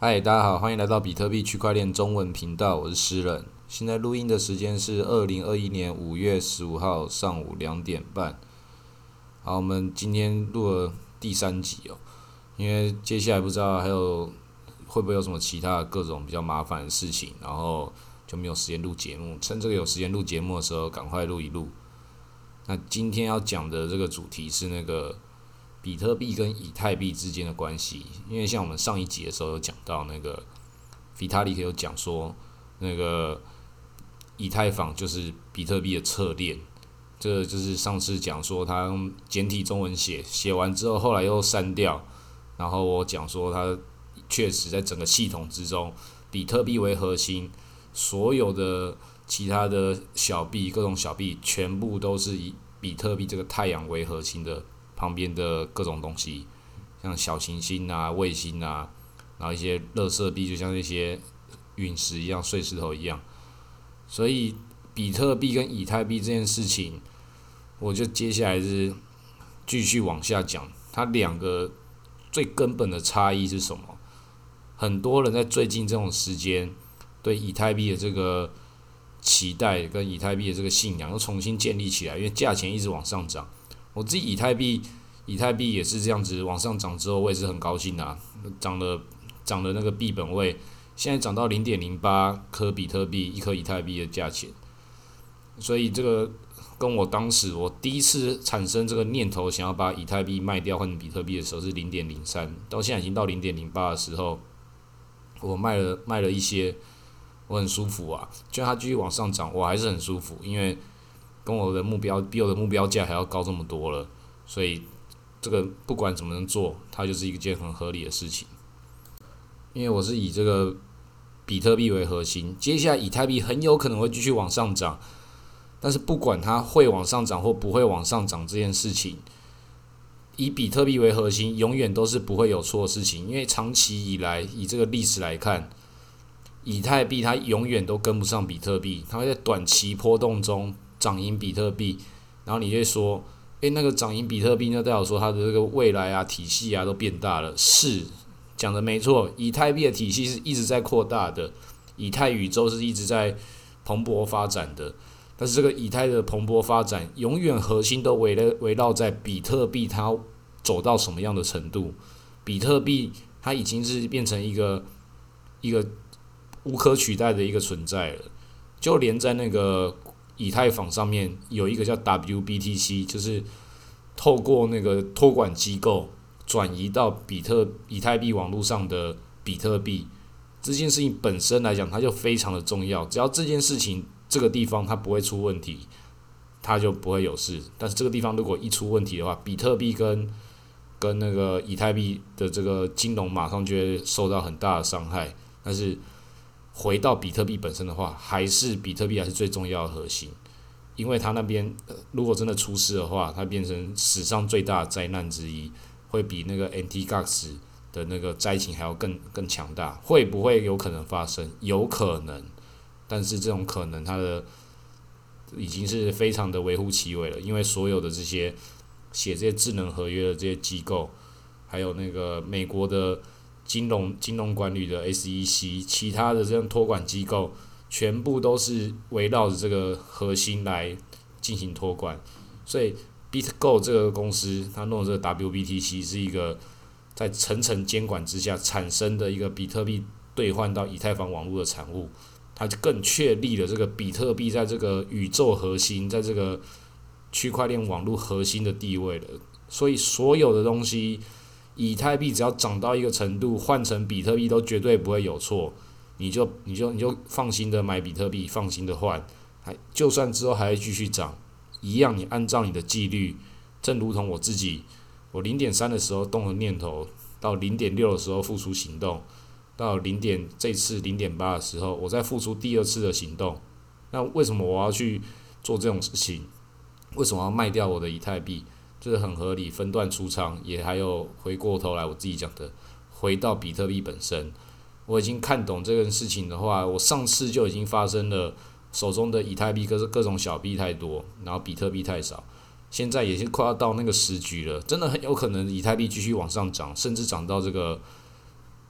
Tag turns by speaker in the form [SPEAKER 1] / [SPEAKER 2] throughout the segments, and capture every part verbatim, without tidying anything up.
[SPEAKER 1] 嗨，大家好，欢迎来到比特币区块链中文频道，我是诗人。现在录音的时间是二零二一年五月十五号上午两点半。好，我们今天录了第三集哦，因为接下来不知道还有会不会有什么其他的各种比较麻烦的事情，然后就没有时间录节目。趁这个有时间录节目的时候，赶快录一录。那今天要讲的这个主题是那个比特币跟以太币之间的关系，因为像我们上一集的时候有讲到那个 Vitalik 有讲说，那个以太坊就是比特币的侧链，这个就是上次讲说他用简体中文写，写完之后后来又删掉，然后我讲说他确实在整个系统之中，比特币为核心，所有的其他的小币各种小币全部都是以比特币这个太阳为核心的。旁边的各种东西，像小行星啊、卫星啊，然后一些垃圾币，就像那些陨石一样、碎石头一样。所以，比特币跟以太币这件事情，我就接下来是继续往下讲，它两个最根本的差异是什么？很多人在最近这种时间，对以太币的这个期待跟以太币的这个信仰又重新建立起来，因为价钱一直往上涨。我自己以太币，以太币也是这样子往上涨之后，我也是很高兴啊，涨了涨了那个币本位，现在涨到零点零八颗比特币一颗以太币的价钱，所以这个跟我当时我第一次产生这个念头，想要把以太币卖掉换成比特币的时候是零点零三，到现在已经到零点零八的时候，我卖了卖了一些，我很舒服啊，就算它继续往上涨，我还是很舒服，因为跟我的目标比我的目标价还要高这么多了，所以这个不管怎么能做，它就是一件很合理的事情。因为我是以这个比特币为核心，接下来以太币很有可能会继续往上涨，但是不管它会往上涨或不会往上涨这件事情，以比特币为核心，永远都是不会有错的事情，因为长期以来以这个历史来看，以太币它永远都跟不上比特币，它会在短期波动中涨赢比特币，然后你就会说，诶，那个涨赢比特币，那代表说它的这个未来啊、体系啊都变大了。是，讲的没错，以太币的体系是一直在扩大的，以太宇宙是一直在蓬勃发展的。但是这个以太的蓬勃发展，永远核心都围了围绕在比特币它走到什么样的程度。比特币它已经是变成一个一个无可取代的一个存在了，就连在那个以太坊上面有一个叫 W B T C， 就是透过那个托管机构转移到比特以太币网络上的比特币，这件事情本身来讲，它就非常的重要。只要这件事情这个地方它不会出问题，它就不会有事。但是这个地方如果一出问题的话，比特币跟跟那个以太币的这个金融马上就会受到很大的伤害。但是回到比特币本身的话，还是比特币还是最重要的核心，因为它那边、呃、如果真的出事的话，它变成史上最大的灾难之一，会比那个 Anti Gas 的那个灾情还要更更强大。会不会有可能发生？有可能，但是这种可能它的已经是非常的微乎其微了，因为所有的这些写这些智能合约的这些机构，还有那个美国的金融金融管理的 S E C， 其他的这样托管机构，全部都是围绕着这个核心来进行托管。所以 BitGo 这个公司，它弄的这个 W B T C 是一个在层层监管之下产生的一个比特币兑换到以太坊网络的产物，它就更确立了这个比特币在这个宇宙核心，在这个区块链网络核心的地位了。所以所有的东西，以太币只要涨到一个程度，换成比特币都绝对不会有错。你就你就你就放心的买比特币，放心的换，还就算之后还会继续涨，一样你按照你的纪律，正如同我自己，我零点三的时候动了念头，到零点六的时候付出行动，到零点这次零点八的时候，我再付出第二次的行动。那为什么我要去做这种事情？为什么要卖掉我的以太币？这是很合理，分段出仓，也还有回过头来我自己讲的，回到比特币本身，我已经看懂这件事情的话，我上次就已经发生了，手中的以太币各各种小币太多，然后比特币太少，现在也是快要到那个时局了，真的很有可能以太币继续往上涨，甚至涨到这个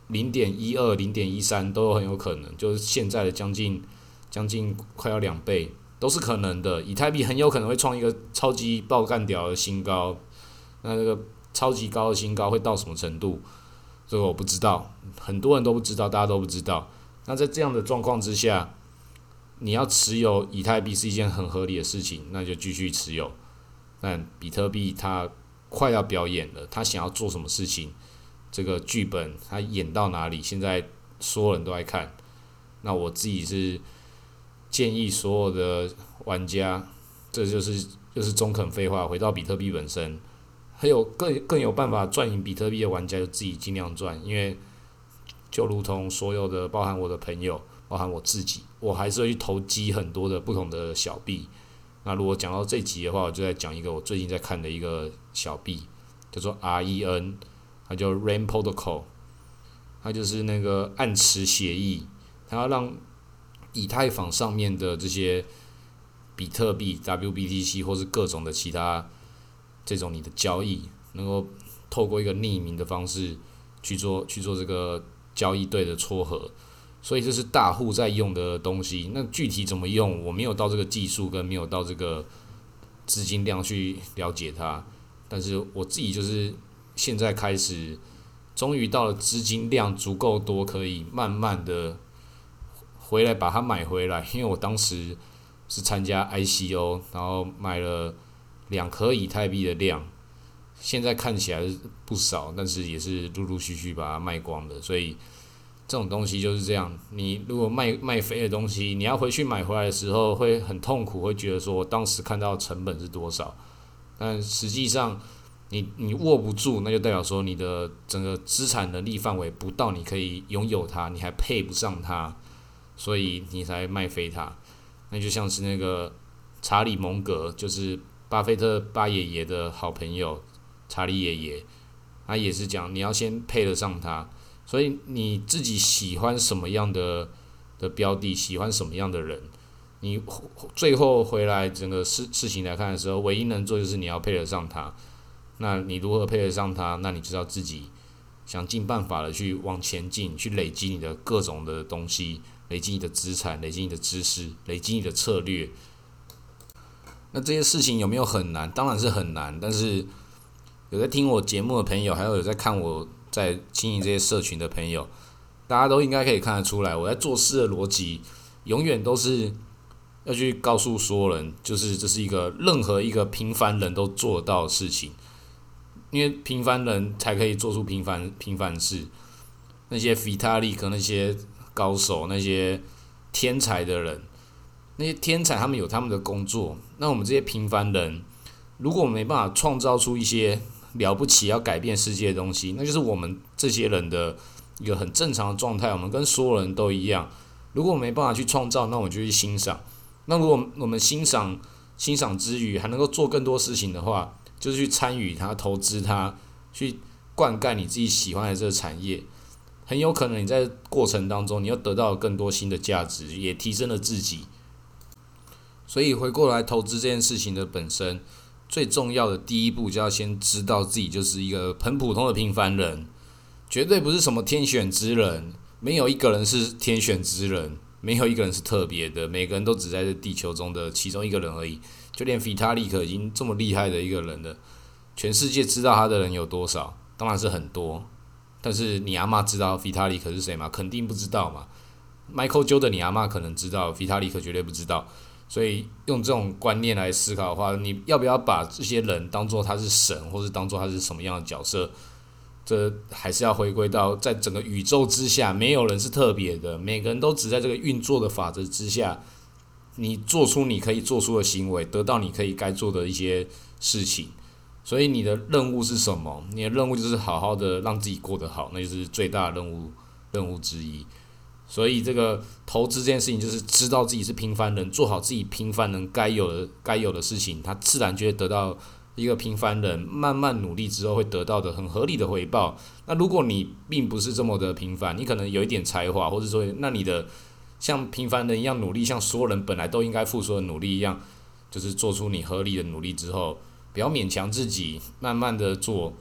[SPEAKER 1] 零点一二、零点一三都很有可能，就是现在的将近将近快要两倍都是可能的。以太币很有可能会创一个超级爆干屌的新高，那这个超级高的新高会到什么程度？这个我不知道，很多人都不知道，大家都不知道。那在这样的状况之下，你要持有以太币是一件很合理的事情，那就继续持有。但比特币它快要表演了，它想要做什么事情？这个剧本它演到哪里？现在所有人都在看。那我自己是建议所有的玩家，这就是就是中肯废话，回到比特币本身。还有更更有办法赚赢比特币的玩家，就自己尽量赚，因为就如同所有的，包含我的朋友，包含我自己，我还是会去投机很多的不同的小币。那如果讲到这集的话，我就在讲一个我最近在看的一个小币，叫做 R E N， 它叫 Rain Protocol， 它就是那个暗池协议，它要让以太坊上面的这些比特币、W B T C 或是各种的其他这种你的交易，能够透过一个匿名的方式去做去做这个交易对的撮合，所以这是大户在用的东西。那具体怎么用，我没有到这个技术跟没有到这个资金量去了解它，但是我自己就是现在开始，终于到了资金量足够多，可以慢慢的回来把它买回来。因为我当时是参加 I C O， 然后买了两颗以太币的量，现在看起来是不少，但是也是陆陆续续把它卖光的。所以这种东西就是这样，你如果卖卖飞的东西，你要回去买回来的时候会很痛苦，会觉得说当时看到成本是多少，但实际上你你握不住，那就代表说你的整个资产能力范围不到你可以拥有它，你还配不上它，所以你才卖飞它。那就像是那个查理蒙格，就是巴菲特巴爷爷的好朋友查理爷爷，他也是讲你要先配得上它。所以你自己喜欢什么样的的标的，喜欢什么样的人，你最后回来整个事事情来看的时候，唯一能做就是你要配得上它。那你如何配得上它？那你就要自己想尽办法的去往前进，去累积你的各种的东西，累积你的资产，累积你的知识，累积你的策略。那这些事情有没有很难？当然是很难，但是有在听我节目的朋友，还有有在看我在经营这些社群的朋友，大家都应该可以看得出来，我在做事的逻辑永远都是要去告诉所有人，就是这是一个任何一个平凡人都做得到的事情，因为平凡人才可以做出平凡平凡事。那些 Vitalik 那些高手，那些天才的人，那些天才他们有他们的工作，那我们这些平凡人，如果我们没办法创造出一些了不起要改变世界的东西，那就是我们这些人的一个很正常的状态，我们跟所有人都一样。如果我们没办法去创造，那我们就去欣赏。那如果我们欣赏欣赏之余还能够做更多事情的话，就是去参与它、投资它，去灌溉你自己喜欢的这个产业。很有可能你在过程当中，你又得到了更多新的价值，也提升了自己。所以回过来投资这件事情的本身，最重要的第一步就要先知道自己就是一个很普通的平凡人，绝对不是什么天选之人，没有一个人是天选之人，没有一个人是特别的，每个人都只在这地球中的其中一个人而已。就连菲塔利克已经这么厉害的一个人了，全世界知道他的人有多少？当然是很多，但是你阿嬷知道菲塔利克是谁吗？肯定不知道嘛。Michael Jordan 你阿嬷可能知道，菲塔利克绝对不知道。所以用这种观念来思考的话，你要不要把这些人当作他是神，或是当作他是什么样的角色？这还是要回归到在整个宇宙之下，没有人是特别的，每个人都只在这个运作的法则之下，你做出你可以做出的行为，得到你可以该做的一些事情。所以你的任务是什么？你的任务就是好好的让自己过得好，那就是最大的任务任务之一。所以这个投资这件事情，就是知道自己是平凡人，做好自己平凡人该有的该有的事情，他自然就会得到一个平凡人慢慢努力之后会得到的很合理的回报。那如果你并不是这么的平凡，你可能有一点才华，或者说那你的像平凡人一样努力，像所有人本来都应该付出的努力一样，就是做出你合理的努力之后，不要勉强自己，慢慢的做，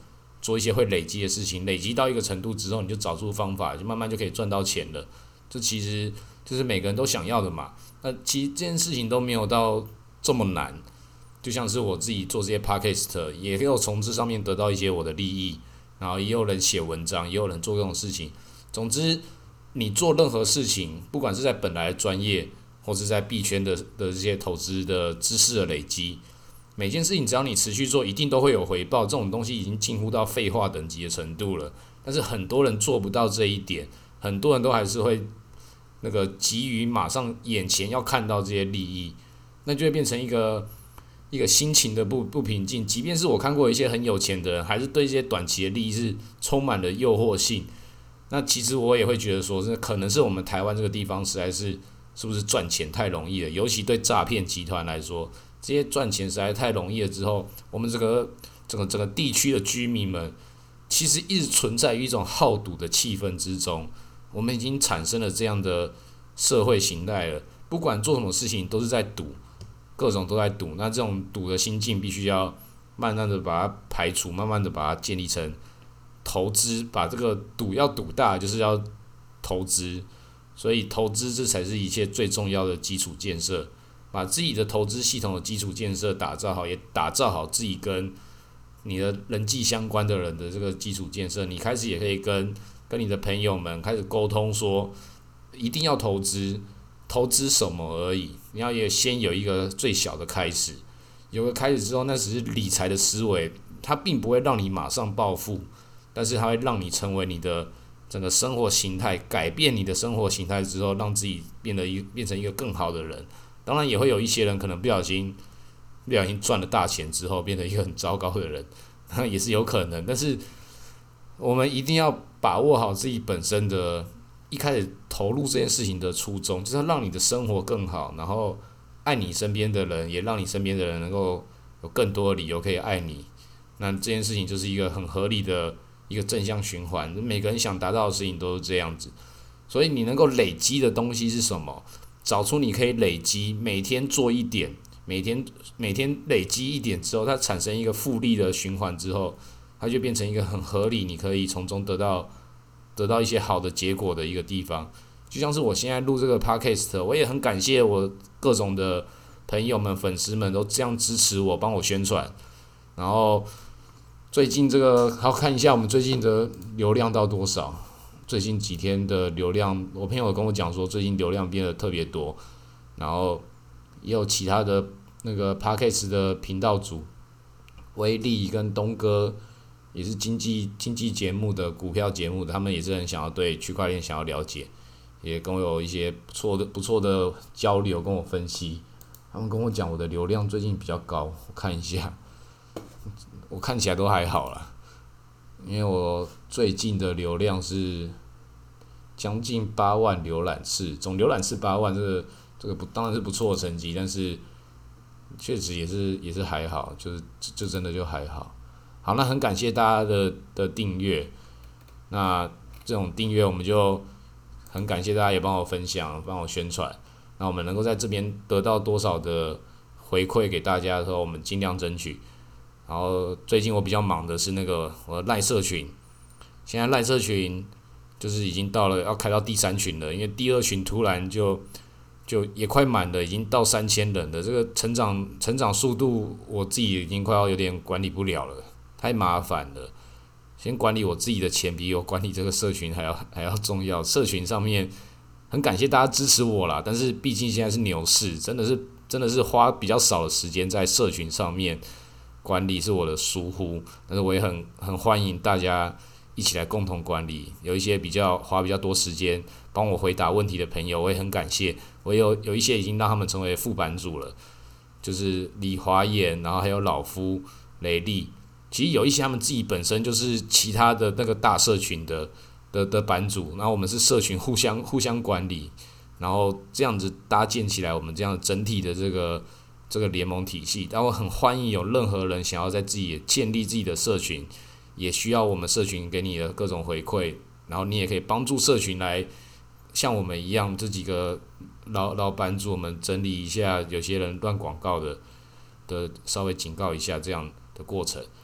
[SPEAKER 1] 做一些会累积的事情，累积到一个程度之后，你就找出方法，就慢慢就可以赚到钱了。这其实就是每个人都想要的嘛。那其实这件事情都没有到这么难，就像是我自己做这些 podcast， 也有从这上面得到一些我的利益，然后也有人写文章，也有人做这种事情。总之，你做任何事情，不管是在本来的专业，或是在币圈的的这些投资的知识的累积，每件事情只要你持续做，一定都会有回报。这种东西已经近乎到废话等级的程度了，但是很多人做不到这一点，很多人都还是会那个急于马上眼前要看到这些利益，那就会变成一个一个心情的不不平静。即便是我看过一些很有钱的人，还是对这些短期的利益是充满了诱惑性。那其实我也会觉得说，这可能是我们台湾这个地方实在是是不是赚钱太容易了，尤其对诈骗集团来说。这些赚钱实在太容易了之后，我们这个整个整个地区的居民们，其实一直存在于一种好赌的气氛之中。我们已经产生了这样的社会形态了，不管做什么事情都是在赌，各种都在赌。那这种赌的心境必须要慢慢的把它排除，慢慢的把它建立成投资，把这个赌要赌大，就是要投资。所以投资这才是一切最重要的基础建设。把自己的投资系统的基础建设打造好，也打造好自己跟你的人际相关的人的这个基础建设。你开始也可以跟跟你的朋友们开始沟通说，一定要投资，投资什么而已。你要也先有一个最小的开始，有个开始之后，那只是理财的思维，它并不会让你马上暴富，但是它会让你成为你的整个生活形态，改变你的生活形态之后，让自己变得一变成一个更好的人。当然也会有一些人可能不小心不小心赚了大钱之后变成一个很糟糕的人，也是有可能。但是我们一定要把握好自己本身的一开始投入这件事情的初衷，就是要让你的生活更好，然后爱你身边的人，也让你身边的人能够有更多的理由可以爱你。那这件事情就是一个很合理的一个正向循环，每个人想达到的事情都是这样子。所以你能够累积的东西是什么？找出你可以累积，每天做一点，每天每天累积一点之后，它产生一个复利的循环之后，它就变成一个很合理，你可以从中得到得到一些好的结果的一个地方。就像是我现在录这个 podcast， 我也很感谢我各种的朋友们、粉丝们都这样支持我，帮我宣传。然后最近这个，好看一下我们最近的流量到多少。最近几天的流量，我朋友跟我讲说，最近流量变得特别多，然后也有其他的那个 podcast 的频道主，威力跟东哥也是经济经济节目的股票节目的，他们也是很想要对区块链想要了解，也跟我有一些不错的不错的交流，跟我分析。他们跟我讲我的流量最近比较高，我看一下，我看起来都还好啦。因为我最近的流量是将近八万浏览次，总浏览次八万，这个这个不当然是不错的成绩，但是确实也是也是还好，就是就真的就还好。好，那很感谢大家的的订阅，那这种订阅我们就很感谢大家也帮我分享，帮我宣传。那我们能够在这边得到多少的回馈给大家的时候，我们尽量争取。然后最近我比较忙的是那个我的赖社群，现在赖社群就是已经到了要开到第三群了，因为第二群突然就就也快满了，已经到三千人了。这个成长成长速度我自己已经快要有点管理不了了，太麻烦了。先管理我自己的钱比我管理这个社群还要还要重要。社群上面很感谢大家支持我啦，但是毕竟现在是牛市，真的是真的是花比较少的时间在社群上面。管理是我的疏忽，但是我也很很欢迎大家一起来共同管理。有一些比较花比较多时间帮我回答问题的朋友，我也很感谢。我有有一些已经让他们成为副版主了，就是李华岩，然后还有老夫、雷利。其实有一些他们自己本身就是其他的那个大社群的的的版主，然后我们是社群互相互相管理，然后这样子搭建起来我们这样整体的这个。这个联盟体系，但我很欢迎有任何人想要在自己建立自己的社群，也需要我们社群给你的各种回馈，然后你也可以帮助社群来像我们一样这几个老老版主，我们整理一下有些人乱广告的的稍微警告一下这样的过程。然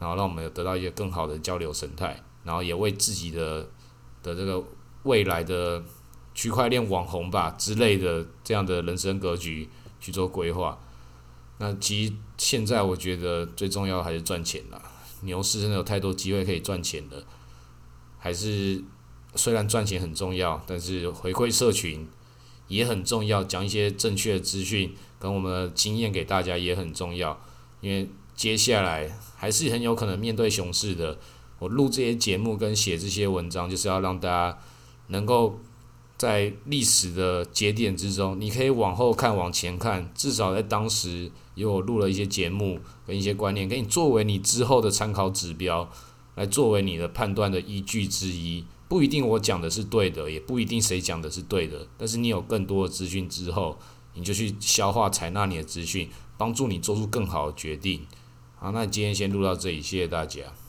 [SPEAKER 1] 然后让我们有得到一个更好的交流生态，然后也为自己的的这个未来的区块链网红吧之类的这样的人生格局去做规划。那其实现在我觉得最重要还是赚钱啦，牛市真的有太多机会可以赚钱了，还是虽然赚钱很重要，但是回馈社群也很重要，讲一些正确的资讯跟我们的经验给大家也很重要，因为接下来还是很有可能面对熊市的。我录这些节目跟写这些文章，就是要让大家能够在历史的节点之中，你可以往后看、往前看，至少在当时有我录了一些节目跟一些观念，给你作为你之后的参考指标，来作为你的判断的依据之一。不一定我讲的是对的，也不一定谁讲的是对的，但是你有更多的资讯之后，你就去消化采纳你的资讯，帮助你做出更好的决定。好，那今天先录到这里，谢谢大家。